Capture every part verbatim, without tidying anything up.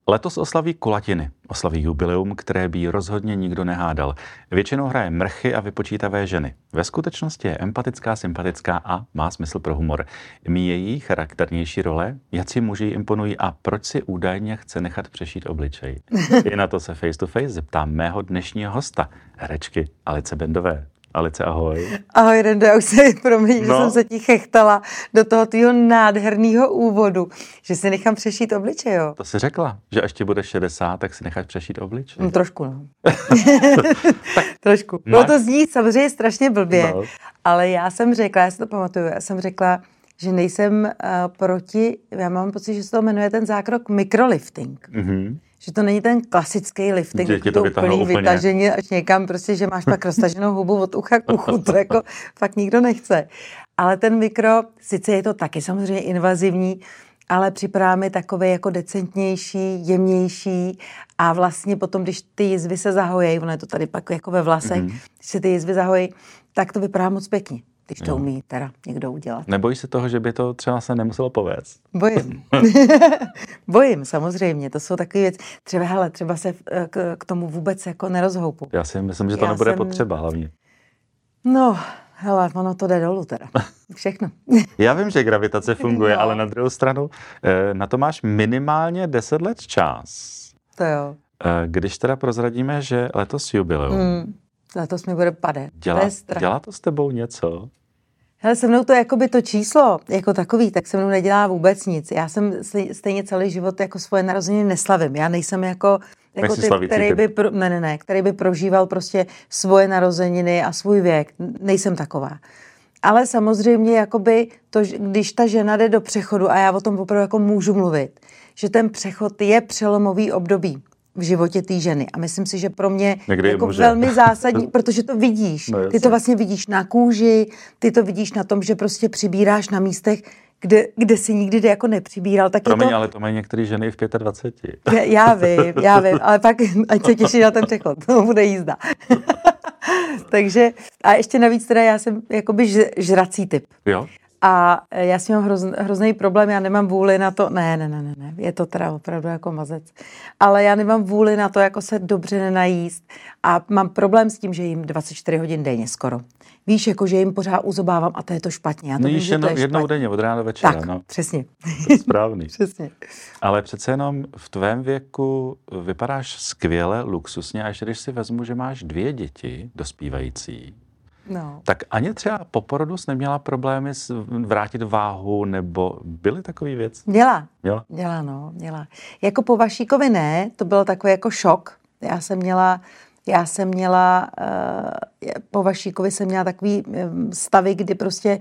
Letos oslaví kulatiny. Oslaví jubileum, které by rozhodně nikdo nehádal. Většinou hraje mrchy a vypočítavé ženy. Ve skutečnosti je empatická, sympatická a má smysl pro humor. Míjejí charakternější role, jací muži imponují a proč si údajně chce nechat přešít obličej. I na to se face to face zeptám mého dnešního hosta, herečky Alice Bendové. Alice, ahoj. Ahoj, Rendo, já už se promiň, no. že jsem se ti chechtala do toho tvýho nádherného úvodu, že si nechám přešít obličej, jo. To jsi řekla, že až ti bude šedesát, tak si necháš přešít obličej. No, trošku, no. trošku. No to zní samozřejmě strašně blbě, no. Ale já jsem řekla, já si to pamatuju, já jsem řekla, že nejsem uh, proti, já mám pocit, že se to jmenuje ten zákrok mikrolifting. Mhm. Že to není ten klasický lifting, že to úplný vytažení až někam, prostě, že máš pak roztaženou hubu od ucha k uchu, to jako fakt nikdo nechce. Ale ten mikro, sice je to taky samozřejmě invazivní, ale připadá mi takový jako decentnější, jemnější a vlastně potom, když ty jizvy se zahojí, ono je to tady pak jako ve vlasech, mm-hmm. když se ty jizvy zahojí, tak to vypadá moc pěkně. Když to jo. umí teda někdo udělat. Nebojíš se toho, že by to třeba se nemuselo povést? Bojím. Bojím, samozřejmě. To jsou takové věci. Třeba, hele, třeba se k, k tomu vůbec jako nerozhoupu. Já si myslím, že to Já nebude jsem... potřeba hlavně. No, hele, ono to jde dolů teda. Všechno. Já vím, že gravitace funguje, no. Ale na druhou stranu na to máš minimálně deset let čas. To jo. Když teda prozradíme, že letos jubileum. Hmm. Letos mi bude padat. Dělá to, dělá to s tebou něco? Hele, se mnou to jakoby to číslo, jako takový, tak se mnou nedělá vůbec nic. Já jsem stejně celý život jako svoje narozeniny neslavím. Já nejsem jako, jako typ, který by, pro, ne, ne, ne, který by prožíval prostě svoje narozeniny a svůj věk. Nejsem taková. Ale samozřejmě, jakoby to, když ta žena jde do přechodu, a já o tom opravdu jako můžu mluvit, že ten přechod je přelomový období v životě té ženy. A myslím si, že pro mě Někdy jako velmi zásadní, protože to vidíš. No, ty to vlastně vidíš na kůži, ty to vidíš na tom, že prostě přibíráš na místech, kde, kde si nikdy jako nepřibíral. Tak Promiň, to... ale to mají některé ženy i v dvaceti pěti. Já, já vím, já vím, ale pak ať se těší na ten přechod, to bude jízda. Takže, a ještě navíc teda já jsem jakoby žrací typ. Jo. A já s tím mám hroz, hrozný problém, já nemám vůli na to, ne, ne, ne, ne, ne, je to teda opravdu jako mazec, ale já nemám vůli na to, jako se dobře nenajíst a mám problém s tím, že jim dvacet čtyři hodin denně skoro. Víš, jako že jim pořád uzobávám a to je to špatně. Já to Nejíš vím, jenom jednou denně, od rána do večera. Tak, no. přesně. Správný. Přesně. Ale přece jenom v tvém věku vypadáš skvěle, luxusně, až když si vezmu, že máš dvě děti dospívající. No. Tak ani třeba po porodu jsi neměla problémy s vrátit váhu, nebo byly takový věc? Měla. Měla? Měla, no, měla. Jako po Vašíkovi ne, to byl takový jako šok. Já jsem měla, já jsem měla, uh, po Vašíkovi jsem měla takový um, stavy, kdy prostě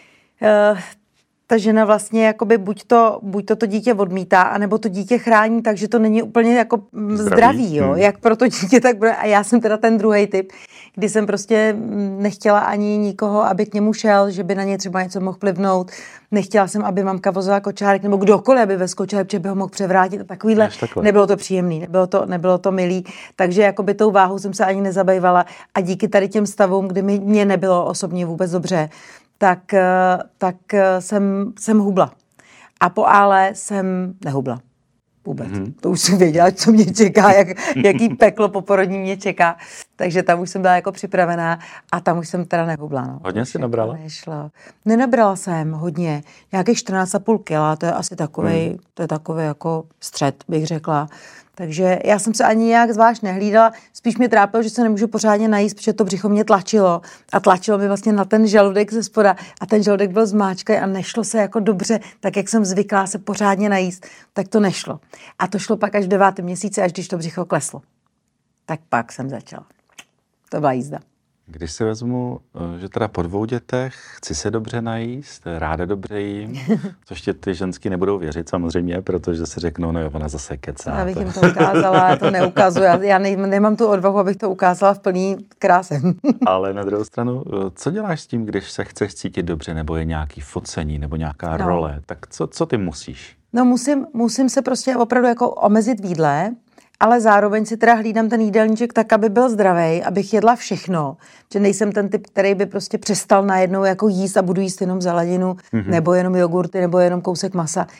uh, ta žena vlastně jakoby buď to, buď to to dítě odmítá, anebo to dítě chrání, takže to není úplně jako zdravý, zdravý jo, hmm. jak pro to dítě, tak bude. A já jsem teda ten druhý typ, kdy jsem prostě nechtěla ani nikoho, aby k němu šel, že by na ně třeba něco mohl plivnout. Nechtěla jsem, aby mamka vozila kočárek, nebo kdokoliv, aby veskočil, protože by ho mohl převrátit a takovýhle. Nebylo to příjemný, nebylo to, nebylo to milý. Takže jakoby tou váhou jsem se ani nezabývala a díky tady těm stavům, kdy mi, mě nebylo osobně vůbec dobře, tak, tak jsem, jsem hubla. A po ale jsem nehubla. Vůbec. Mm-hmm. To už jsem věděla, co mě čeká, jak, jaký peklo poporodní mě čeká. Takže tam už jsem byla jako připravená a tam už jsem teda nehubla. No. Hodně jsi nabrala? Nešlo. Nenabrala jsem hodně. Nějakých čtrnáct a půl kila, to je asi takovej, mm. to je takový jako střed, bych řekla. Takže já jsem se ani nějak zvlášť nehlídala, spíš mě trápilo, že se nemůžu pořádně najíst, protože to břicho mě tlačilo a tlačilo mi vlastně na ten žaludek ze spoda a ten žaludek byl zmáčkaj a nešlo se jako dobře, tak jak jsem zvyklá se pořádně najíst, tak to nešlo. A to šlo pak až v devátém měsíci, až když to břicho kleslo. Tak pak jsem začala. To byla jízda. Když si vezmu, že teda po dvou dětech chci se dobře najíst, ráda dobře jím, což tě ty ženský nebudou věřit samozřejmě, protože si řeknou, no jo, ona zase kecá. Já bych jim to ukázala, já to neukazuji. Já ne, nemám tu odvahu, abych to ukázala v plný kráse. Ale na druhou stranu, co děláš s tím, když se chceš cítit dobře, nebo je nějaký focení, nebo nějaká no. role, tak co, co ty musíš? No musím, musím se prostě opravdu jako omezit v jídle, ale zároveň si teda hlídám ten jídelníček tak, aby byl zdravý, abych jedla všechno. Že nejsem ten typ, který by prostě přestal najednou jako jíst a budu jíst jenom zeleninu, mm-hmm. nebo jenom jogurty, nebo jenom kousek masa.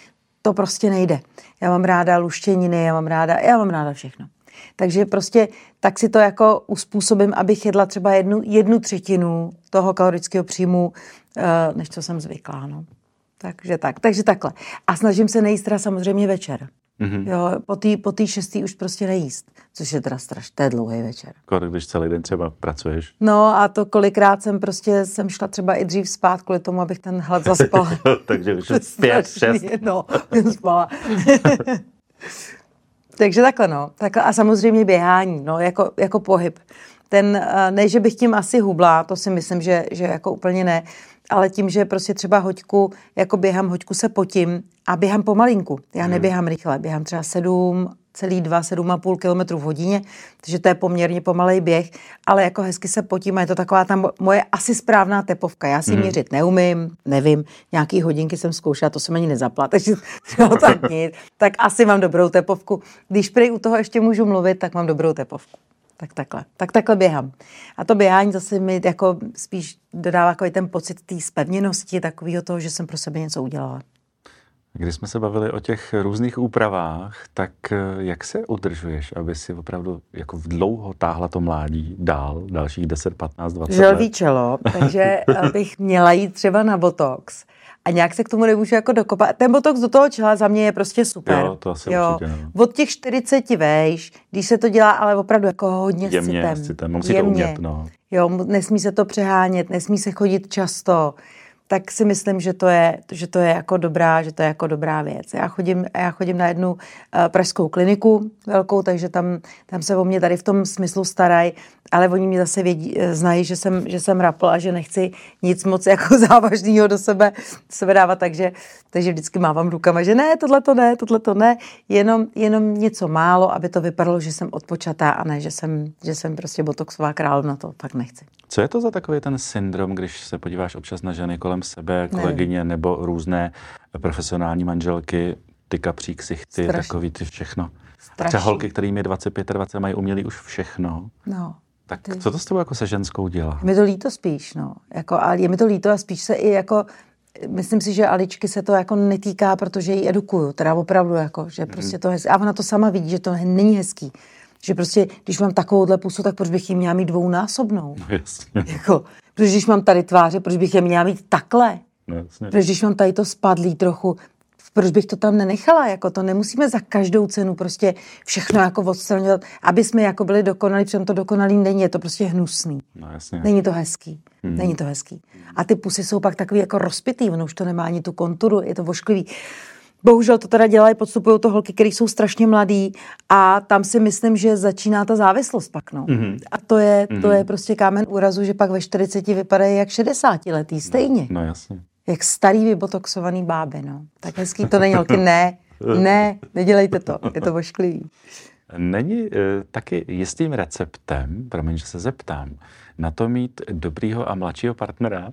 to prostě nejde. Já mám ráda luštěniny, já mám ráda, já mám ráda všechno. Takže prostě tak si to jako uspůsobím, abych jedla třeba jednu, jednu třetinu toho kalorického příjmu, než co jsem zvyklá. No. Takže tak, takže takhle. A snažím se nejíst teda samozřejmě večer. Mm-hmm. Jo, po té po té šestý už prostě nejíst, což je teda strašně, to je dlouhý večer. Jako když celý den třeba pracuješ. No a to kolikrát jsem prostě, jsem šla třeba i dřív spát kvůli tomu, abych ten hlad zaspala. Takže už pět, šest. No, jsem spala. Takže takhle, no. Takhle. A samozřejmě běhání, no, jako, jako pohyb. Ten, ne, že bych tím asi hubla, to si myslím, že, že jako úplně ne, ale tím, že prostě třeba hoďku, jako běhám, hoďku se potím a běhám pomalinku. Já neběhám rychle, běhám třeba sedm celý dva, sedm a půl kilometru v hodině, takže to je poměrně pomalej běh, ale jako hezky se potím a je to taková ta moje asi správná tepovka. Já si mm. měřit neumím, nevím, nějaký hodinky jsem zkoušela, to jsem ani nezapla, takže no, tak nic, tak asi mám dobrou tepovku. Když prej u toho ještě můžu mluvit, tak mám dobrou tepovku. Tak takhle. Tak takhle běhám. A to běhání zase mi jako spíš dodává takový ten pocit té spevněnosti, takového toho, že jsem pro sebe něco udělala. Když jsme se bavili o těch různých úpravách, tak jak se udržuješ, aby si opravdu jako v dlouho táhla to mládí dál, dalších deset, patnáct, dvacet let? Želví čelo, takže bych měla jít třeba na botox. A nějak se k tomu nemůžu jako dokopat. Ten botox do toho čela za mě je prostě super. Jo, to asi jo. Určitě, no. Od těch čtyřiceti vejš, když se to dělá, ale opravdu jako hodně jemně, s citem. s citem. Mám si to umět, no. Jo, nesmí se to přehánět, nesmí se chodit často. Tak si myslím, že to je, že to je jako dobrá, že to je jako dobrá věc. Já chodím, já chodím na jednu uh, pražskou kliniku velkou, takže tam, tam se o mě tady v tom smyslu starají, ale oni mě zase vědí, znají, že jsem, že jsem rapl a že nechci nic moc jako závažného do sebe, do sebe dávat, takže, takže vždycky mávám rukama, že ne, tohle to ne, tohle to ne, jenom, jenom něco málo, aby to vypadalo, že jsem odpočatá a ne, že jsem, že jsem prostě botoxová královna, to fakt nechci. Co je to za takový ten syndrom, když se podíváš občas na ženy kolem sebe, kolegyně Nevím. nebo různé profesionální manželky, ty kapří ksichty, Strašný. takový ty všechno. Strašný. A třeba holky, kterým je dvacet pět, dvacet, mají umělý už všechno. No. Tak ty... co to s tebou jako se ženskou dělá? Je mi to líto spíš, no. Jako, ale je mi to líto a spíš se i jako, myslím si, že Aličky se to jako netýká, protože ji edukuju, teda opravdu jako, že prostě to hezký. A ona to sama vidí, že to není hezký. Že prostě, když mám takovouhle pusu, tak proč bych ji měla mít dvounásobnou? No jasně. Jako, protože když mám tady tváře, proč bych je měla mít takhle? No jasně. Protože když mám tady to spadlý trochu, proč bych to tam nenechala? Jako to nemusíme za každou cenu prostě všechno jako odstraňovat, aby jsme jako byli dokonalí, protože to dokonalý není, je to prostě hnusný. No jasně. Není to hezký. Hmm. Není to hezký. A ty pusy jsou pak takový jako rozpitý, ono už to nemá ani tu konturu, je to vošklivý. Bohužel to teda dělají, podstupují to holky, které jsou strašně mladý a tam si myslím, že začíná ta závislost pak, no. Mm-hmm. A to je, to mm-hmm. je prostě kámen úrazu, že pak ve čtyřiceti vypadají jak šedesátiletý, stejně. No, no jasně. Jak starý vybotoxovaný báby, no. Tak hezký to není, holky, ne, ne, nedělejte to, je to vošklivý. Není e, taky jistým receptem, promiň, že se zeptám, na to mít dobrýho a mladšího partnera?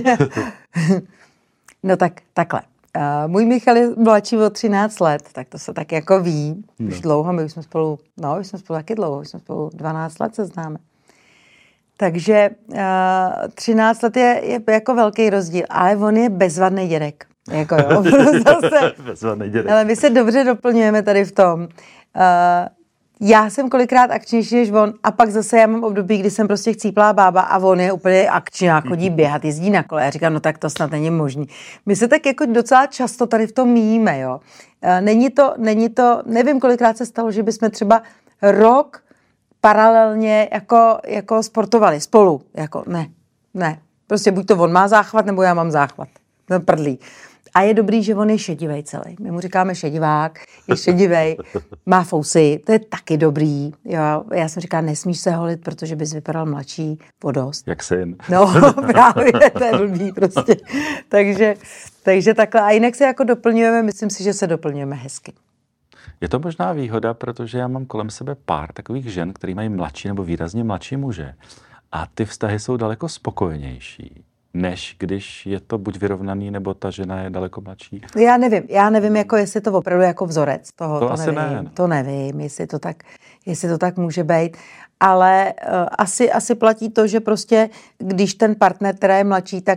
No tak, takhle. Uh, můj Michal je mladší o třináct let, tak to se tak jako ví. No. Už dlouho, my už jsme spolu, no, už jsme spolu taky dlouho, už jsme spolu dvanáct let se známe. Takže uh, třináct let je, je jako velký rozdíl, ale on je bezvadný dědek. Jako jo, zase. Bezvadný dědek. Ale my se dobře doplňujeme tady v tom. Uh, Já jsem kolikrát akčnější než on a pak zase já mám období, kdy jsem prostě chcíplá bába a on je úplně akční, chodí běhat, jezdí na kole. Já říkám, no tak to snad není možný. My se tak jako docela často tady v tom míjíme, jo. Není to, není to, nevím, kolikrát se stalo, že bychom třeba rok paralelně jako, jako sportovali spolu. Jako ne, ne. Prostě buď to on má záchvat, nebo já mám záchvat. No prdlí. A je dobrý, že on je šedivej celý. My mu říkáme šedivák, je šedivej, má fousy, to je taky dobrý. Jo. Já jsem říkala, nesmíš se holit, protože bys vypadal mladší o dost. Jak syn. No právě, to je blbý prostě. takže, takže takhle. A jinak se jako doplňujeme, myslím si, že se doplňujeme hezky. Je to možná výhoda, protože já mám kolem sebe pár takových žen, který mají mladší nebo výrazně mladší muže. A ty vztahy jsou daleko spokojenější, než když je to buď vyrovnaný, nebo ta žena je daleko mladší. Já nevím, já nevím, jako jestli to opravdu jako vzorec toho, to, to asi nevím, ne. to nevím, jestli to tak, jestli to tak může být, ale uh, asi, asi platí to, že prostě, když ten partner, který je mladší, tak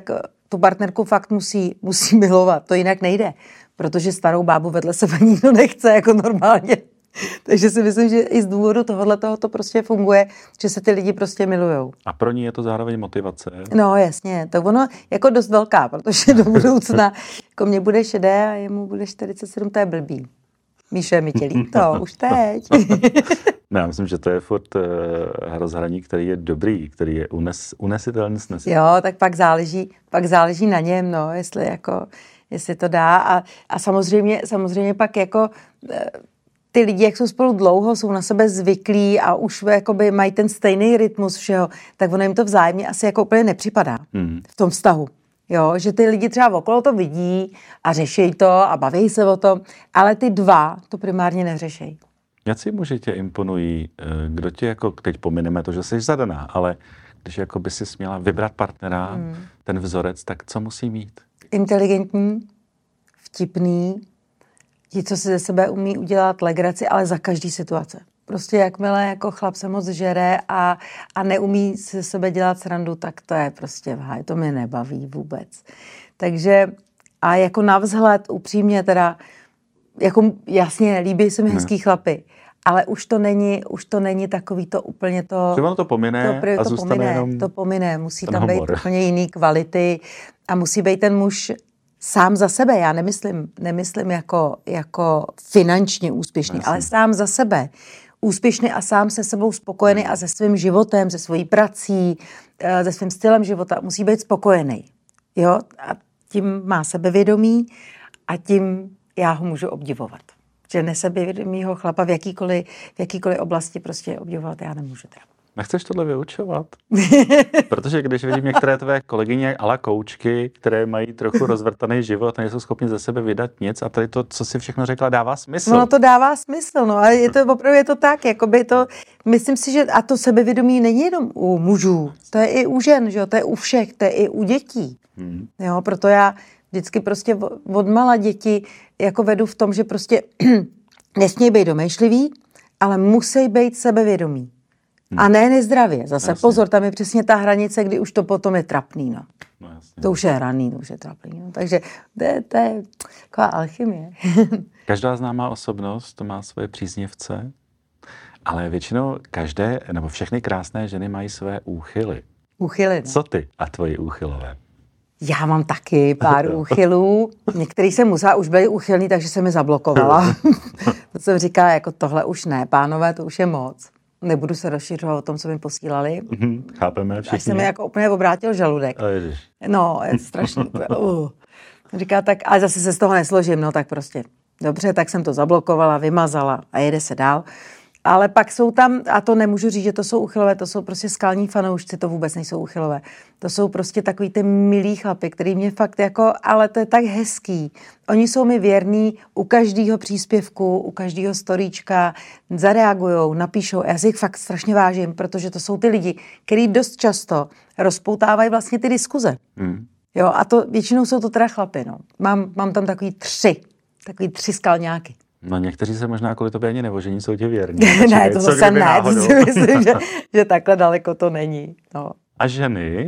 tu partnerku fakt musí, musí milovat, to jinak nejde, protože starou bábu vedle sebe nikdo nechce jako normálně. Takže si myslím, že i z důvodu tohohle toho to prostě funguje, že se ty lidi prostě milujou. A pro ní je to zároveň motivace. No jasně, to ono jako dost velká, protože do budoucna jako mě bude šedé a jemu bude čtyřicet sedm, to je blbý. Míšo, je mi tě líto, už teď. No, já myslím, že to je furt uh, rozhraní, který je dobrý, který je unes, unesitelný, snesitelný. Jo, tak pak záleží, pak záleží na něm, no, jestli jako, jestli to dá a, a samozřejmě, samozřejmě pak jako ty lidi, jak jsou spolu dlouho, jsou na sebe zvyklí a už jakoby mají ten stejný rytmus všeho, tak ono jim to vzájemně asi jako úplně nepřipadá hmm. v tom vztahu. Jo, že ty lidi třeba okolo to vidí a řeší to a baví se o tom, ale ty dva to primárně neřešejí. Jací muži tě imponují? Kdo tě jako, teď pomineme to, že jsi zadaná, ale když jako by si měla vybrat partnera, hmm. ten vzorec, tak co musí mít? Inteligentní, vtipný, ti, co si ze sebe umí udělat legraci, ale za každý situace. Prostě jakmile jako chlap se moc žere a, a neumí se sebe dělat srandu, tak to je prostě vhaj, to mě nebaví vůbec. Takže a jako navzhled upřímně teda, jako jasně, líbí se mi hezký chlapy, ale už to není, už to není takový to úplně to... Že ono to pomine to, a to zůstane pomine, jenom to pomine, musí tam humor. být úplně jiný kvality a musí být ten muž sám za sebe, já nemyslím, nemyslím jako, jako finančně úspěšný, Myslím. ale sám za sebe. Úspěšný a sám se sebou spokojený a se svým životem, se svojí prací, se svým stylem života. Musí být spokojený. Jo? A tím má sebevědomí a tím já ho můžu obdivovat. Že nesebevědomýho chlapa v jakýkoliv, v jakýkoliv oblasti prostě obdivovat já nemůžu teda. Nechceš tohle vyučovat? Protože když vidím některé tvé kolegyně ala koučky, které mají trochu rozvrtaný život a nejsou schopni ze sebe vydat nic a tady to, co si všechno řekla, dává smysl. No to dává smysl, no a je to opravdu je to tak, jakoby to, myslím si, že a to sebevědomí není jenom u mužů, to je i u žen, že jo, to je u všech, to je i u dětí. Hmm. Jo, proto já vždycky prostě odmala děti jako vedu v tom, že prostě nesmějí být domýšliví, ale musí být sebevědomí. A ne nezdravě. Zase jasně. Pozor, tam je přesně ta hranice, kdy už to potom je trapný. No. No, to už je raný, to už je trapný. No. Takže to je, to je taková alchymie. Každá známá osobnost má svoje příznivce, ale většinou každé, nebo všechny krásné ženy mají své úchyly. Úchyly, no. Co ty a tvoji úchylové? Já mám taky pár úchylů. Některý jsem musela, už byli úchylný, takže jsem mi zablokovala. To jsem říkala, jako tohle už ne, pánové, to už je moc. Nebudu se rozšiřovat o tom, co mi posílali. Mm-hmm, chápeme všichni. Až se mi jako úplně obrátil žaludek. No, je strašný. uh. Říká tak, ale zase se z toho nesložím, no tak prostě. Dobře, tak jsem to zablokovala, vymazala a jede se dál. Ale pak jsou tam, a to nemůžu říct, že to jsou uchylové, to jsou prostě skalní fanoušci, to vůbec nejsou uchylové. To jsou prostě takový ty milí chlapy, který mě fakt jako, ale to je tak hezký. Oni jsou mi věrní u každého příspěvku, u každého storíčka, zareagujou, napíšou. Já si jich fakt strašně vážím, protože to jsou ty lidi, kteří dost často rozpoutávají vlastně ty diskuze. Mm. Jo, a to většinou jsou to teda chlapy, no. Mám, mám tam takový tři, takový tři skalňáky. No někteří se možná kvůli tobě ani nevožení, jsou ti věrní. Ne, to zase ne, to si myslím, že, že takhle daleko to není. No. A ženy?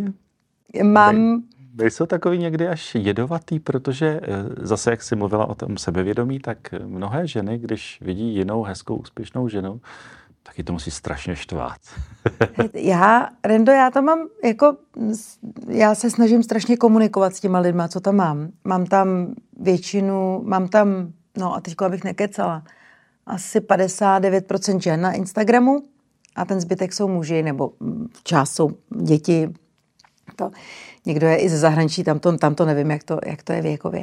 Mám... Nejsou takový někdy až jedovatý, protože zase, jak jsi mluvila o tom sebevědomí, tak mnohé ženy, když vidí jinou hezkou, úspěšnou ženu, tak ji to musí strašně štvát. já, Rendo, já to mám jako, já se snažím strašně komunikovat s těma lidma, co tam mám. Mám tam většinu, mám tam no a teďko abych nekecala, asi padesát devět procent žen na Instagramu a ten zbytek jsou muži, nebo část jsou děti. To, někdo je i ze zahraničí, tam to, tam to nevím, jak to, jak to je věkově.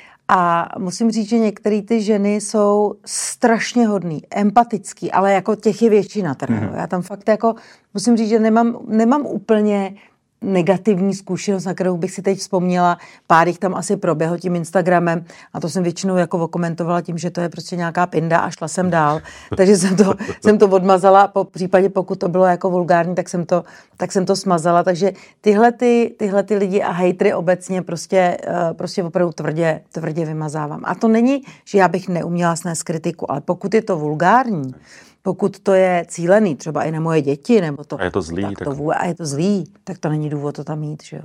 A musím říct, že některé ty ženy jsou strašně hodný, empatický, ale jako těch je většina. Teda, mm. Já tam fakt jako, musím říct, že nemám, nemám úplně negativní zkušenost, na kterou bych si teď vzpomněla. Pár jich tam asi proběhlo tím Instagramem a to jsem většinou jako okomentovala tím, že to je prostě nějaká pinda a šla jsem dál. Takže jsem to, jsem to odmazala, po případě pokud to bylo jako vulgární, tak jsem to, tak jsem to smazala. Takže tyhle ty, tyhle ty lidi a hejtry obecně prostě, prostě opravdu tvrdě, tvrdě vymazávám. A to není, že já bych neuměla snést kritiku, ale pokud je to vulgární, pokud to je cílený, třeba i na moje děti, nebo to... A je to zlý. Tak tak... to, a je to zlý, tak to není důvod to tam mít, že jo.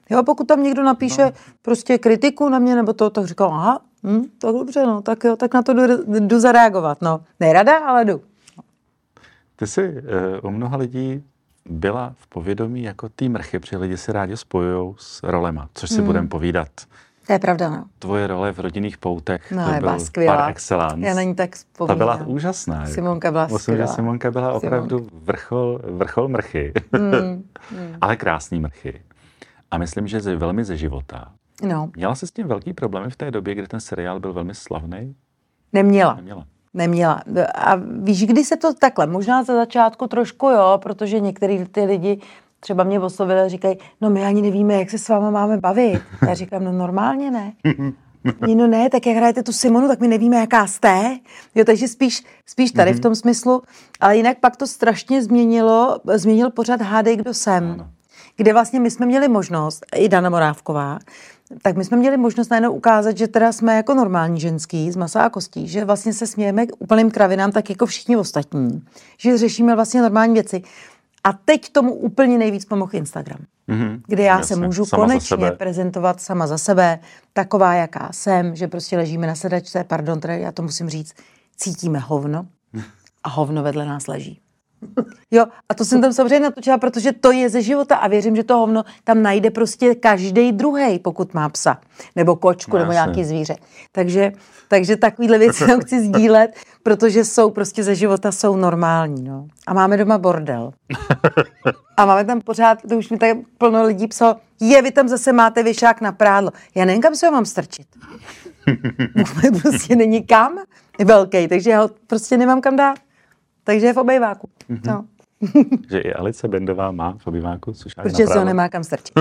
Jo, pokud tam někdo napíše no. prostě kritiku na mě, nebo to, tak říkám, aha, hm, tak dobře, no, tak jo, tak na to jdu, jdu zareagovat, no. Nerada, ale jdu. Ty jsi uh, u mnoha lidí byla v povědomí jako tý mrchy, protože lidi si rádi spojujou s rolema, což si hmm. budeme povídat. To je pravda, no. Tvoje role v Rodinných poutech, no, to byl skvělá. Par excellence. Já na ní tak vzpomínám. Ta byla úžasná. Simonka byla Musím, skvělá. že Simonka byla opravdu Simon. vrchol, vrchol mrchy. Mm, mm. Ale krásný mrchy. A myslím, že ze, velmi ze života. No. Měla jsi s tím velký problémy v té době, kdy ten seriál byl velmi slavný? Neměla. Neměla. Neměla. A víš, kdy se to takhle? Možná za začátku trošku jo, protože některý ty lidi třeba mě oslovili a říkají, no my ani nevíme, jak se s váma máme bavit. Já říkám, no normálně ne. No ne, tak jak hrajete tu Simonu, tak my nevíme, jaká jste. Jo, takže spíš, spíš tady v tom smyslu. Ale jinak pak to strašně změnilo, změnil pořád Hádej, kdo jsem. Ano. Kde vlastně my jsme měli možnost, i Dana Morávková, tak my jsme měli možnost najednou ukázat, že teda jsme jako normální ženský z masa a kostí, že vlastně se smějeme k úplným kravinám, tak jako všichni ostatní. Že řešíme vlastně normální věci. A teď tomu úplně nejvíc pomohl Instagram. Mm-hmm, kde já jasně, se můžu konečně prezentovat sama za sebe, taková, jaká jsem, že prostě ležíme na sedačce, pardon, teda já to musím říct, cítíme hovno a hovno vedle nás leží. Jo, a to jsem tam samozřejmě natočila, protože to je ze života a věřím, že to hovno tam najde prostě každej druhej, pokud má psa, nebo kočku, no, nebo nějaký zvíře. Takže, takže takovýhle věci tam chci sdílet, protože jsou prostě ze života jsou normální, no. A máme doma bordel. A máme tam pořád, to už mi tak plno lidí psalo, je, vy tam zase máte věšák na prádlo. Já nevím, kam se ho mám strčit. Prostě není kam, je velký, takže já ho prostě nemám kam dát. Takže je v obejváku. Mm-hmm. No. Že i Alice Bendová má v obejváku sušák. Protože se ho nemá kam strčit.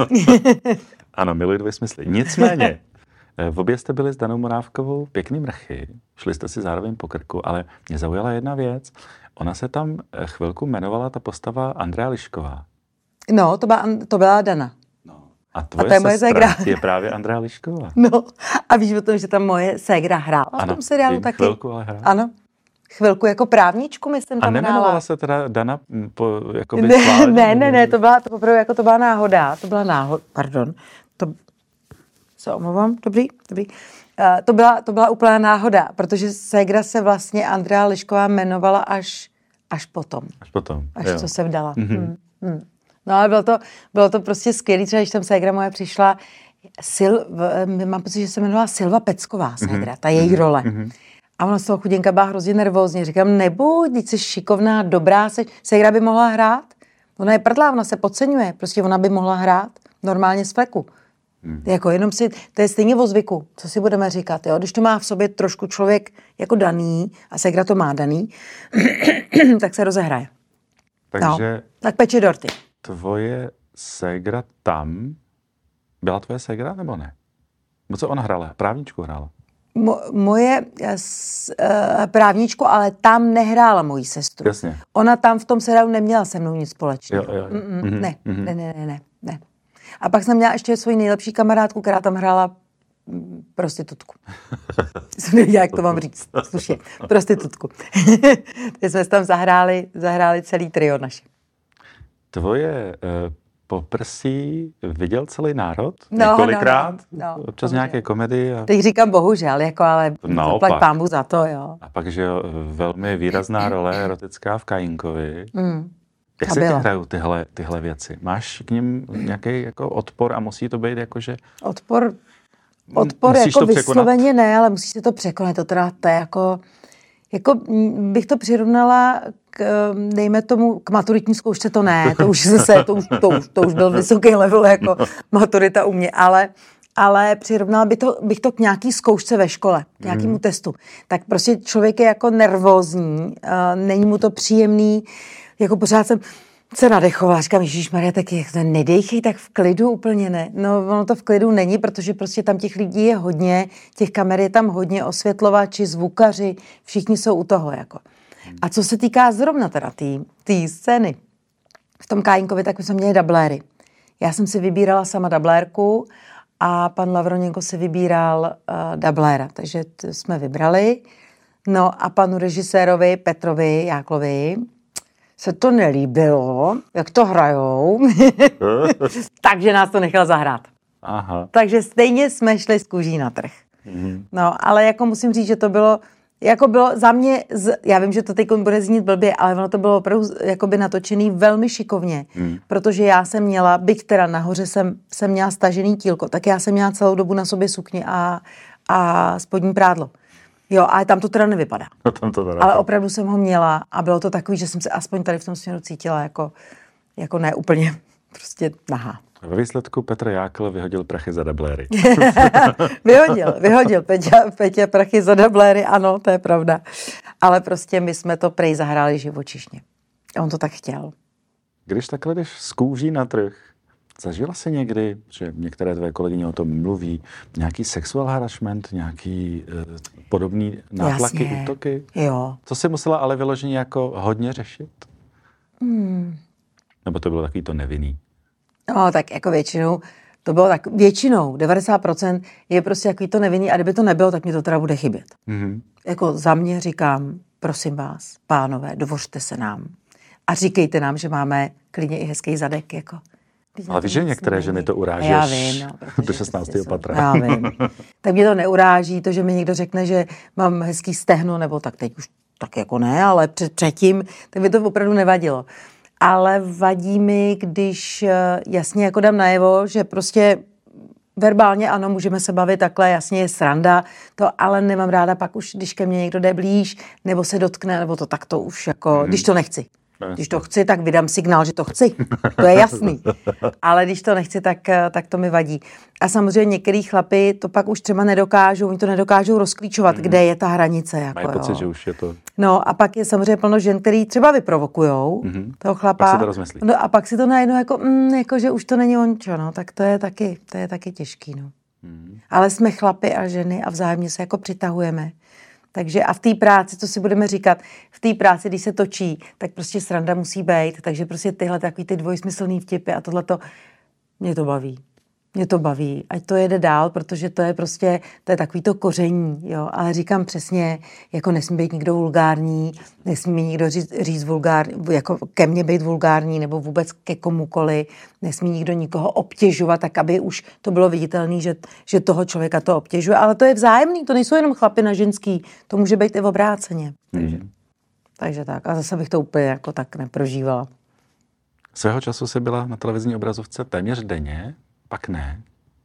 Ano, miluji dvě smysly. Nicméně, v obě jste byli s Danou Morávkovou pěkný mrchy. Šli jste si zároveň po krku, ale mě zaujala jedna věc. Ona se tam chvilku jmenovala ta postava Andrea Lišková. No, to byla, to byla Dana. No. A tvoje a to je moje sestra je právě Andrea Lišková. No, a víš o tom, že tam moje ségra hrála ano, v tom seriálu taky? chvilku, ale hrála. Ano. Chvilku jako právničku, myslím, tam hrála. A nemenovala hrála. se teda Dana po, jakoby ne, sválně, ne, ne, ne, to byla, to poprvé, jako to byla náhoda, to byla náhoda, pardon, to se omlouvám, dobrý, dobrý. Uh, to, byla, to byla úplná náhoda, protože ségra se vlastně Andrea Lišková jmenovala až, až potom. Až potom, Až jo. co se vdala. Mm-hmm. Hmm, hmm. No ale bylo to, bylo to prostě skvělý, třeba když tam ségra moje přišla, Sil, mám pocit, že se jmenovala Silva Pecková ségra, mm-hmm. ta její role. Mm-hmm. A ona z toho chuděnka byla hrozně nervózní. Říkám, nebuď, teď jsi šikovná, dobrá, se, ségra by mohla hrát. Ona je prdlá, ona se podceňuje, prostě ona by mohla hrát normálně z fleku. Hmm. Jako jenom si, to je stejně o zvyku, co si budeme říkat, jo? Když to má v sobě trošku člověk jako daný, a ségra to má daný, tak se rozehraje. Takže no, tak peče dorty. Tvoje ségra tam, byla tvoje ségra nebo ne? No co ona hrála? Právničku hrála? Mo, moje s, uh, právničku, ale tam nehrála moji sestru. Jasně. Ona tam v tom seriálu neměla se mnou nic společného. Jo, jo, jo. Mm-mm, ne, mm-hmm. ne, ne, ne, ne, ne. A pak jsem měla ještě svoji nejlepší kamarádku, která tam hrála prostitutku. Jsem nevěděla, jak to mám říct. Slušně, prostitutku. Teď jsme tam zahráli, zahráli celý trio naše. Tvoje uh, poprsí viděl celý národ? No, několikrát? No, no, no, občas bohužel. Nějaké komedie? A... Teď říkám bohužel, jako, ale zaplať pánbůh za to, jo. A pak, že jo, velmi výrazná role erotická v Kajínkovi. Mm. Jak a se bylo. ti hrajou tyhle, tyhle věci? Máš k nim nějaký jako odpor a musí to být jakože... Odpor, odpor jako vysloveně ne, ale musíš se to překonat. To teda to je jako... Jako bych to přirovnala k, dejme tomu, k maturitní zkoušce, to ne, to už zase, to už, to už, to už byl vysoký level jako maturita u mě, ale, ale přirovnala bych to, bych to k nějaký zkoušce ve škole, k nějakému mm. testu. Tak prostě člověk je jako nervózní, uh, není mu to příjemný, jako pořád jsem se nadechovala, říkám, ježišmarja, tak jak to nedejchej, tak v klidu úplně ne. No ono to v klidu není, protože prostě tam těch lidí je hodně, těch kamer je tam hodně, osvětlovači, zvukaři, všichni jsou u toho jako. A co se týká zrovna teda té scény, v tom Kajínkovi, tak my jsme měli dubléry. Já jsem si vybírala sama dublérku a pan Lavronenko si vybíral uh, dubléra, takže to jsme vybrali. No a panu režisérovi Petrovi Jáklovi se to nelíbilo, jak to hrajou, takže nás to nechal zahrát. Aha. Takže stejně jsme šli z kůží na trh. Mm. No, ale jako musím říct, že to bylo, jako bylo za mě, z, já vím, že to teď bude znít blbě, ale ono to bylo opravdu jakoby natočený velmi šikovně, mm. protože já jsem měla, byť teda nahoře jsem, jsem měla stažený tílko, tak já jsem měla celou dobu na sobě sukni a, a spodní prádlo. Jo, ale tam to teda nevypadá. No, tam to teda ale opravdu jsem ho měla a bylo to takový, že jsem se aspoň tady v tom směru cítila jako, jako ne úplně prostě nahá. Ve výsledku Petr Jákl vyhodil prachy za dabléry. vyhodil, vyhodil Petě, Petě prachy za dabléry, ano, to je pravda. Ale prostě my jsme to prej zahráli živočišně. A on to tak chtěl. Když takhle jdeš z kůží na trh, zažila jsi někdy, že některé tvé kolegyně o tom mluví, nějaký sexual harassment, nějaký eh, podobný nátlaky, Jasně. útoky? Jo. Co jsi musela ale vyloženě jako hodně řešit? Hmm. Nebo to bylo takový to nevinný? No, tak jako většinou, to bylo tak, většinou, devadesát procent je prostě takový to nevinný a kdyby to nebylo, tak mi to teda bude chybět. Mm-hmm. Jako za mě říkám, prosím vás, pánové, dovořte se nám a říkejte nám, že máme klidně i hezký zadek, jako. Ale víš, že některé ženy to uráží já až vím, no, do šestnáctého patra. Já vím. Tak mě to neuráží, to, že mi někdo řekne, že mám hezký stehno, nebo tak teď už tak jako ne, ale před, předtím, tak mi to opravdu nevadilo. Ale vadí mi, když jasně jako dám najevo, že prostě verbálně ano, můžeme se bavit takhle, jasně je sranda, to ale nemám ráda pak už, když ke mně někdo jde blíž, nebo se dotkne, nebo to tak to už jako, hmm. když to nechci. Když to chci, tak vydám signál, že to chci. To je jasný. Ale když to nechci, tak, tak to mi vadí. A samozřejmě některý chlapi to pak už třeba nedokážou, oni to nedokážou rozklíčovat, mm. kde je ta hranice. Jako, Mají pocit, že už je to... No a pak je samozřejmě plno žen, který třeba vyprovokujou mm-hmm. toho chlapa. Pak si to rozmyslí. No a pak si to najednou jako, mm, jako, že už to není ončo, no, tak to je taky, to je taky těžký, no. Mm. Ale jsme chlapi a ženy a vzájemně se jako přitahujeme. Takže a v té práci, co si budeme říkat, v té práci, když se točí, tak prostě sranda musí být, takže prostě tyhle takový ty dvojsmyslný vtipy a tohleto, mě to baví. Mě to baví, ať to jede dál, protože to je prostě, to je takový to koření, jo, ale říkám přesně, jako nesmí být nikdo vulgární, nesmí mi nikdo říct, říct vulgární, jako ke mně být vulgární, nebo vůbec ke komukoli, nesmí nikdo nikoho obtěžovat, tak aby už to bylo viditelné, že, že toho člověka to obtěžuje, ale to je vzájemný, to nejsou jenom chlapi na ženský, to může být i v obráceně. Takže, mm. takže tak, a zase bych to úplně jako tak neprožívala. Svého času se byla na televizní obrazovce téměř denně, pak ne.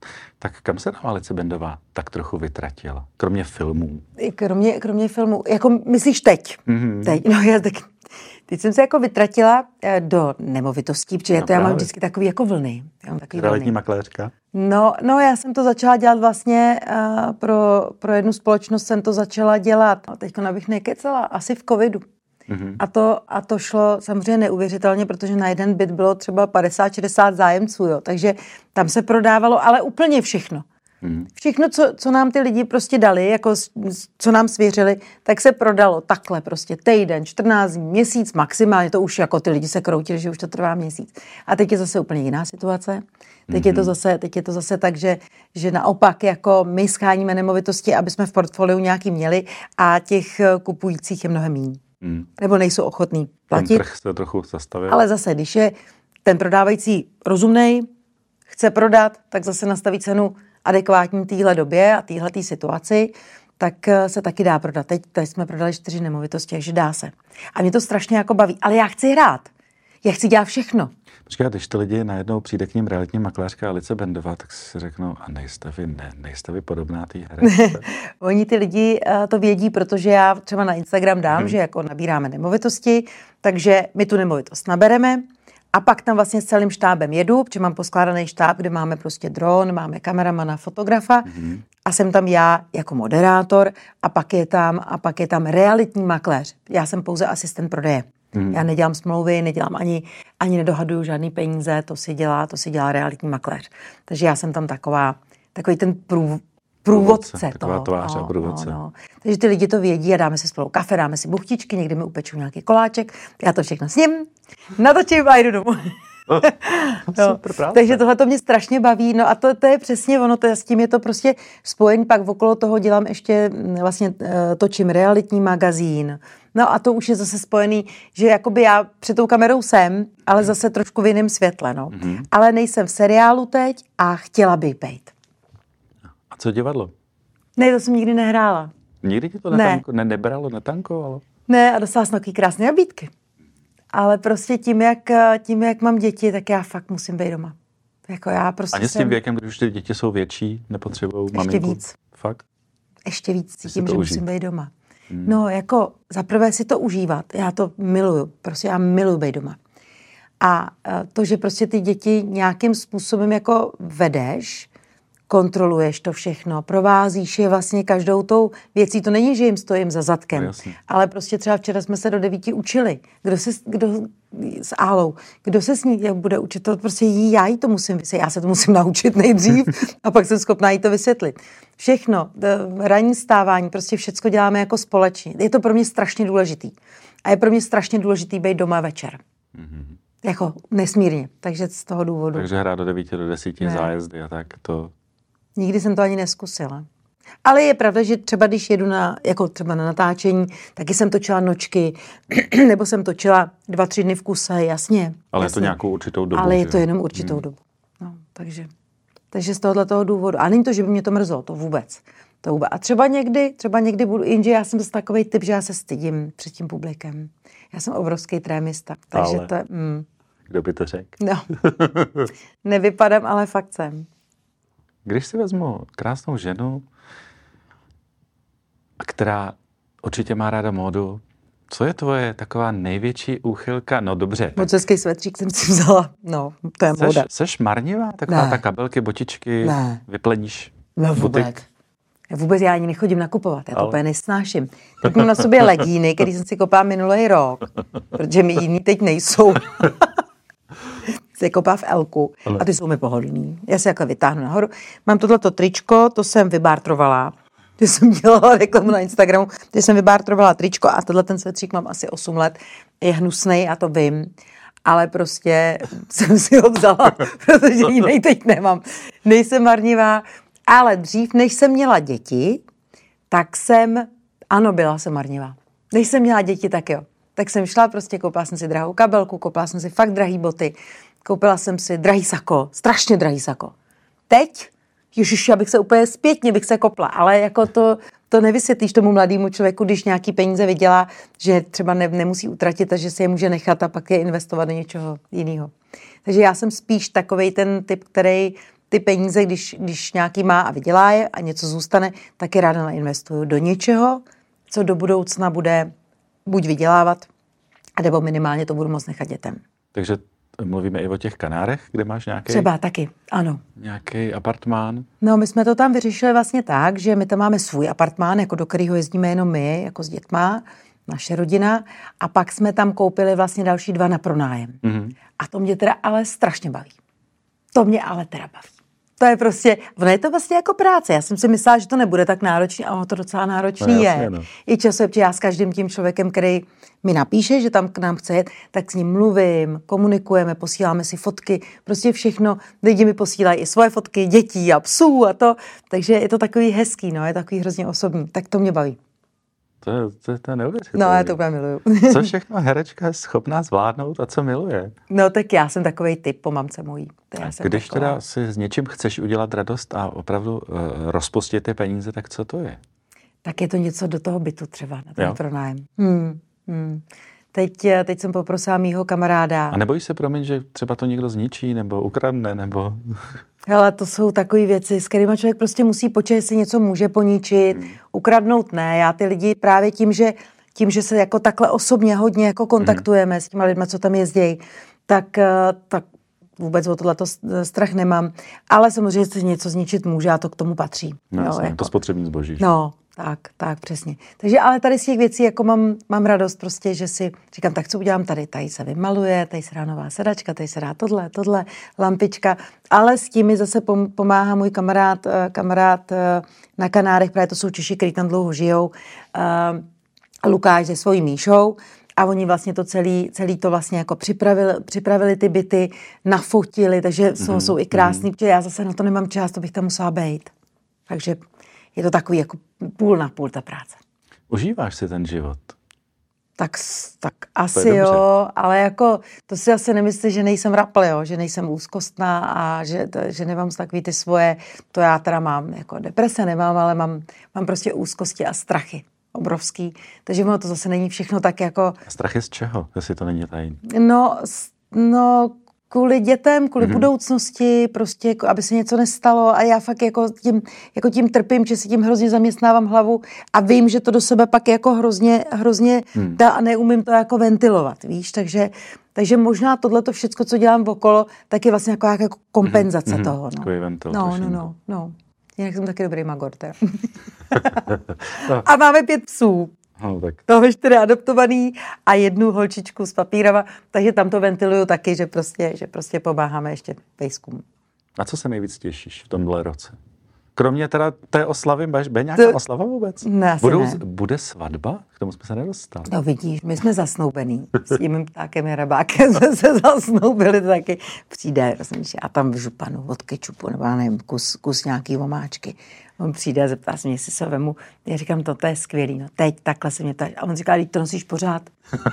Tak kam se nám Alice Bendová tak trochu vytratila? Kromě filmů. Kromě, kromě filmů. Jako myslíš teď? Mm-hmm. Teď, no já tak... Teď jsem se jako vytratila do nemovitostí, protože no, to já mám vždycky takový jako vlny. Realitní makléřka? No, no, já jsem to začala dělat vlastně uh, pro, pro jednu společnost jsem to začala dělat. No, teď abych nekecala, asi v covidu. Mm-hmm. A, to, a to šlo samozřejmě neuvěřitelně, protože na jeden byt bylo třeba padesát šedesát zájemců, jo. Takže tam se prodávalo, ale úplně všechno. Mm. Všechno, co, co nám ty lidi prostě dali, jako co nám svěřili, tak se prodalo takhle prostě týden, čtrnáct dní, měsíc maximálně, to už jako ty lidi se kroutili, že už to trvá měsíc. A teď je zase úplně jiná situace. Teď, mm-hmm. je, to zase, teď je to zase tak, že, že naopak jako my scháníme nemovitosti, aby jsme v portfoliu nějaký měli a těch kupujících je mnohem méně. Mm. Nebo nejsou ochotní platit. Ten trh se trochu zastavil. Ale zase, když je ten prodávající rozumnej, chce prodat, tak zase nastaví cenu adekvátní téhle době a téhletý situaci, tak se taky dá prodat. Teď, teď jsme prodali čtyři nemovitosti, takže dá se. A mě to strašně jako baví. Ale já chci hrát. Já chci dělat všechno. Počkej, když ty lidi najednou přijde k ním realitní makléřka Alice Bendová, tak si řeknou, a nejste vy, ne, nejste vy podobná té hře. Oni ty lidi to vědí, protože já třeba na Instagram dám, hmm. že jako nabíráme nemovitosti, takže my tu nemovitost nabereme a pak tam vlastně s celým štábem jedu, protože mám poskládaný štáb, kde máme prostě dron, máme kameramana, fotografa hmm. a jsem tam já jako moderátor a pak je tam, a pak je tam realitní makléř. Já jsem pouze asistent prodeje. Mm. Já nedělám smlouvy, nedělám ani, ani nedohaduju žádný peníze, to si dělá, to si dělá realitní makléř. Takže já jsem tam taková, takový ten prů, průvodce. Průvodce, taková toho. tvář no, a průvodce. No, no. Takže ty lidi to vědí a dáme si spolu kafe, dáme si buchtičky, někdy mi upeču nějaký koláček, já to všechno sním, natočím a jdu domů. No, takže tohle to mě strašně baví, no a to, to je přesně ono, to je, s tím je to prostě spojení, pak okolo toho dělám ještě, vlastně točím realitní magazín, no a to už je zase spojený, že jakoby já před tou kamerou jsem, ale zase trošku v jiném světle, no, mm-hmm. ale nejsem v seriálu teď a chtěla bych být. A co divadlo? Ne, to jsem nikdy nehrála. Nikdy ti to ne. Netanko, ne, nebralo, netankovalo? Ne, a dostala jsem takový krásné nabídky. Ale prostě tím jak, tím, jak mám děti, tak já fakt musím být doma. Jako já prostě Ani s tím jsem... věkem, když už ty děti jsou větší, nepotřebují maminku? Ještě víc. Fakt? Ještě víc cítím, že užít. Musím být doma. Hmm. No, jako zaprvé si to užívat. Já to miluju. Prostě já miluju být doma. A to, že prostě ty děti nějakým způsobem jako vedeš, kontroluješ to všechno, provázíš je vlastně každou tou věcí. To není, že jim stojím za zadkem, no, ale prostě třeba včera jsme se do devíti učili. Kdo se, kdo s Álou, kdo se s ní bude učit, to prostě jí, já jí to musím vysvětlit, já se to musím naučit nejdřív a pak jsem schopná jí to vysvětlit. Všechno, ranní stávání, prostě všecko děláme jako společně. Je to pro mě strašně důležitý. A je pro mě strašně důležitý být doma večer. Mm-hmm. Jako nesmírně, takže z toho důvodu. Takže hrát do devíti, do desíti ne. zájezdy a tak to... Nikdy jsem to ani neskusila. Ale je pravda, že třeba když jedu na, jako třeba na natáčení, taky jsem točila nočky, nebo jsem točila dva, tři dny v kuse, jasně. Ale jasně. je to nějakou určitou dobu. Ale že? je to jenom určitou hmm. dobu. No, takže, takže z tohohle toho důvodu. A není to, že by mě to mrzelo, to vůbec. To vůbec. A třeba někdy, třeba někdy budu, jenže já jsem zase takovej typ, že já se stydím před tím publikem. Já jsem obrovský trémista. Takže ale. to je... Mm. Kdo by to řekl? No. Nevypadám, ale fakt jsem. Když si vezmu krásnou ženu, která určitě má ráda módu, co je tvoje taková největší úchylka? No dobře. Moc hezký svetřík jsem si vzala. No, to je móda. Seš marnivá? Taková ne. ta kabelky, botičky, ne. vypleníš no, vůbec. butik? Vůbec já ani nechodím nakupovat, já to Ale... úplně nesnáším. Tak mám na sobě legíny, který jsem si kopala minulý rok, protože mi jiný teď nejsou. se kopá v Elku a ty jsou mi pohodlný. Já se jako vytáhnu nahoru. Mám tohleto tričko, to jsem vybártrovala. To jsem dělala reklamu na Instagramu, to jsem vybártrovala tričko a tohle ten svetřík mám asi osm let. Je hnusnej a to vím. Ale prostě jsem si ho vzala, protože jiný teď nemám. Nejsem marnivá, ale dřív, než jsem měla děti, tak jsem, ano, byla jsem marnivá. Než jsem měla děti, tak jo. Tak jsem šla, prostě koupila jsem si drahou kabelku, koupila jsem si fakt drahý boty, koupila jsem si drahý sako, strašně drahý sako. Teď, ježiši, abych se úplně zpětně bych se kopla, ale jako to, to nevysvětlíš tomu mladému člověku, když nějaký peníze vydělá, že třeba ne, nemusí utratit a že si je může nechat a pak je investovat do něčeho jiného. Takže já jsem spíš takovej ten typ, který ty peníze, když, když nějaký má a vydělá je a něco zůstane, tak je ráda nainvestuju do něčeho, co do budoucna bude buď vydělávat, nebo minimálně to budu moct nechat dětem. Takže mluvíme i o těch Kanárech, kde máš nějaký... Třeba taky, ano. Nějaký apartmán? No, my jsme to tam vyřešili vlastně tak, že my tam máme svůj apartmán, jako do kterého jezdíme jenom my, jako s dětma, naše rodina, a pak jsme tam koupili vlastně další dva na pronájem. Mm-hmm. A to mě teda ale strašně baví. To mě ale teda baví. To je prostě, ono je to vlastně jako práce. Já jsem si myslela, že to nebude tak náročný, a ono to docela náročný no, jasně, je. No. I časem, že já s každým tím člověkem, který mi napíše, že tam k nám chce jet, tak s ním mluvím, komunikujeme, posíláme si fotky, prostě všechno. Lidi mi posílají i svoje fotky dětí a psů a to. Takže je to takový hezký, no, je takový hrozně osobní. Tak to mě baví. To je, to je, to je neuvěřitelné. No, já to úplně miluju. Co všechno herečka je schopná zvládnout a co miluje? No, tak já jsem takovej typ po mamce mojí. Já jsem Když taková... teda si s něčím chceš udělat radost a opravdu uh, rozpustit ty peníze, tak co to je? Tak je to něco do toho bytu třeba, na ten pronájem. Hmm, hmm. Teď, teď jsem poprosila mýho kamaráda. A nebojíš se, promiň, že třeba to někdo zničí, nebo ukradne, nebo... Hele, to jsou takové věci, s kterýma člověk prostě musí počít, jestli něco může poničit, hmm. ukradnout ne. Já ty lidi právě tím, že, tím, že se jako takhle osobně hodně jako kontaktujeme hmm. s těma lidma, co tam jezdí, tak, tak vůbec o tohleto strach nemám. Ale samozřejmě se něco zničit může a to k tomu patří. No, jo, jasně, jako. To spotřební zboží. No, tak, tak, přesně. Takže ale tady z těch věcí jako mám, mám radost prostě, že si říkám, tak co udělám tady? Tady se vymaluje, tady se dá nová sedačka, tady se dá tohle, tohle, lampička. Ale s tím mi zase pomáhá můj kamarád, kamarád na Kanárech, právě to jsou Češi, kteří tam dlouho žijou, Lukáš se svojí Míšou. A oni vlastně to celý, celý to vlastně jako připravili, připravili ty byty, nafotili, takže jsou, mm-hmm. jsou i krásný, protože já zase na to nemám čas, to bych tam musela být. Takže je to takový jako půl na půl ta práce. Užíváš si ten život? Tak, tak asi jo, ale jako to si asi nemyslí, že nejsem rapl, jo, že nejsem úzkostná a že, to, že nemám takový ty svoje, to já teda mám, jako deprese nemám, ale mám, mám prostě úzkosti a strachy obrovský, takže ono to zase není všechno tak jako... A strachy z čeho, jestli to není tajný? No, no kvůli dětem, kvůli mm-hmm. budoucnosti, prostě, jako, aby se něco nestalo a já fakt jako tím, jako tím trpím, že si tím hrozně zaměstnávám hlavu a vím, že to do sebe pak jako hrozně, hrozně mm. dá a neumím to jako ventilovat, víš, takže, takže možná tohleto všecko, co dělám okolo, tak je vlastně jako, jako kompenzace mm-hmm. toho. No. Ventil, no, no, no, no. Jinak jsem taky dobrý magor, teda. no. A máme pět psů. No, tak. Máme čtyři adoptovaný a jednu holčičku s papírama, takže tam to ventiluju taky, že prostě, že prostě pomáháme ještě pejskům. A co se nejvíc těšíš v tomhle roce? Kromě teda té oslavy, bude nějaká to... oslava vůbec? Ne, Budou, ne. Bude svatba? K tomu jsme se nedostali. No vidíš, my jsme zasnoubený. S tím ptákem a rabákem jsme se zasnoubili taky. Přijde, rozumíš, a tam v županu od kečupu, nebo já nevím, kus, kus nějaký omáčky. On přijde a zeptá se mě, jestli se vemu. Já říkám, to, to je skvělý, no teď takhle se mě to... A on říká, teď to nosíš pořád.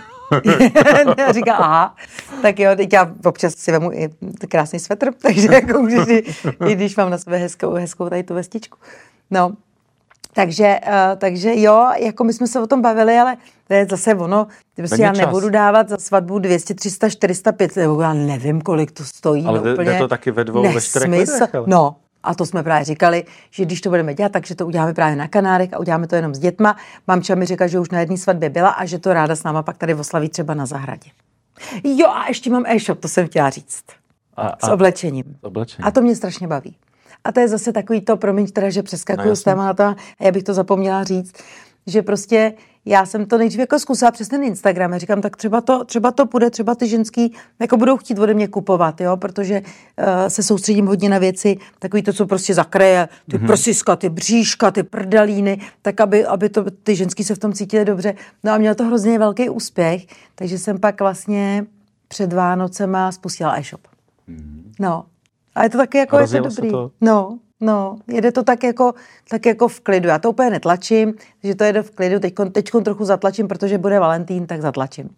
Já říkám, aha, tak jo, teď já občas si vemu i krásný svetr, takže jako můžeš, i, i když mám na sebe hezkou, hezkou tady tu vestičku. No, takže, uh, takže jo, jako my jsme se o tom bavili, ale to je zase ono, prostě já nebudu dávat za svatbu dvě stě, tři sta, čtyři sta, pět sta, já nevím, kolik to stojí. Ale no, jde to taky ve dvou, nesmysl. Ve čtyřech lidech, ale... No, a to jsme právě říkali, že když to budeme dělat, takže to uděláme právě na Kanárech a uděláme to jenom s dětma. Mamča mi říká, že už na jedné svatbě byla a že to ráda s náma pak tady oslaví třeba na zahradě. Jo, a ještě mám e-shop, to jsem chtěla říct. A, a, s oblečením. oblečením. A to mě strašně baví. A to je zase takový to, promiň teda, že přeskakuju no, z témata a já bych to zapomněla říct, že prostě já jsem to nejdřív jako zkusila přes ten Instagram. Já říkám, tak třeba to, třeba to půjde, třeba ty ženský jako budou chtít ode mě kupovat, jo, protože uh, se soustředím hodně na věci, takový to, co prostě zakreje, ty mm-hmm. prsiska, ty bříška, ty prdalíny, tak aby, aby to, ty ženský se v tom cítili dobře. No a mělo to hrozně velký úspěch, takže jsem pak vlastně před Vánocema spustila e-shop. Mm-hmm. No. A je to taky jako, je to dobrý. To? No, no, jede to tak jako, tak jako v klidu. Já to úplně netlačím, že to jede v klidu. Teďkon, teďkon trochu zatlačím, protože bude Valentín, tak zatlačím.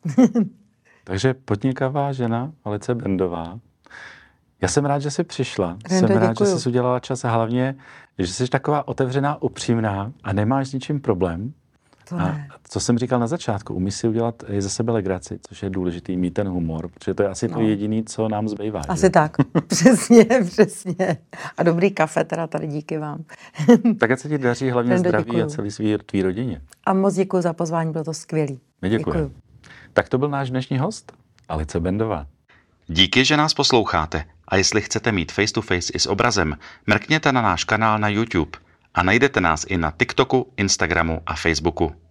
Takže podnikavá žena, Alice Bendová. Já jsem rád, že jsi přišla. Rendo, jsem rád, děkuju. že jsi udělala čas a hlavně, že jsi taková otevřená, upřímná a nemáš s ničím problém. To a ne. co jsem říkal na začátku, umíš si udělat i ze sebe legraci, což je důležitý, mít ten humor, protože to je asi no. to jediný, co nám zbývá. Asi že? tak, přesně, přesně. A dobrý kafe teda tady díky vám. Tak ať se ti daří hlavně Rendo, zdraví děkuju. a celý svý tvý rodině. A moc děkuji za pozvání, bylo to skvělý. My děkujeme. Tak to byl náš dnešní host, Alice Bendová. Díky, že nás posloucháte. A jestli chcete mít face to face i s obrazem, mrkněte na náš kanál na YouTube a najdete nás i na TikToku, Instagramu a Facebooku.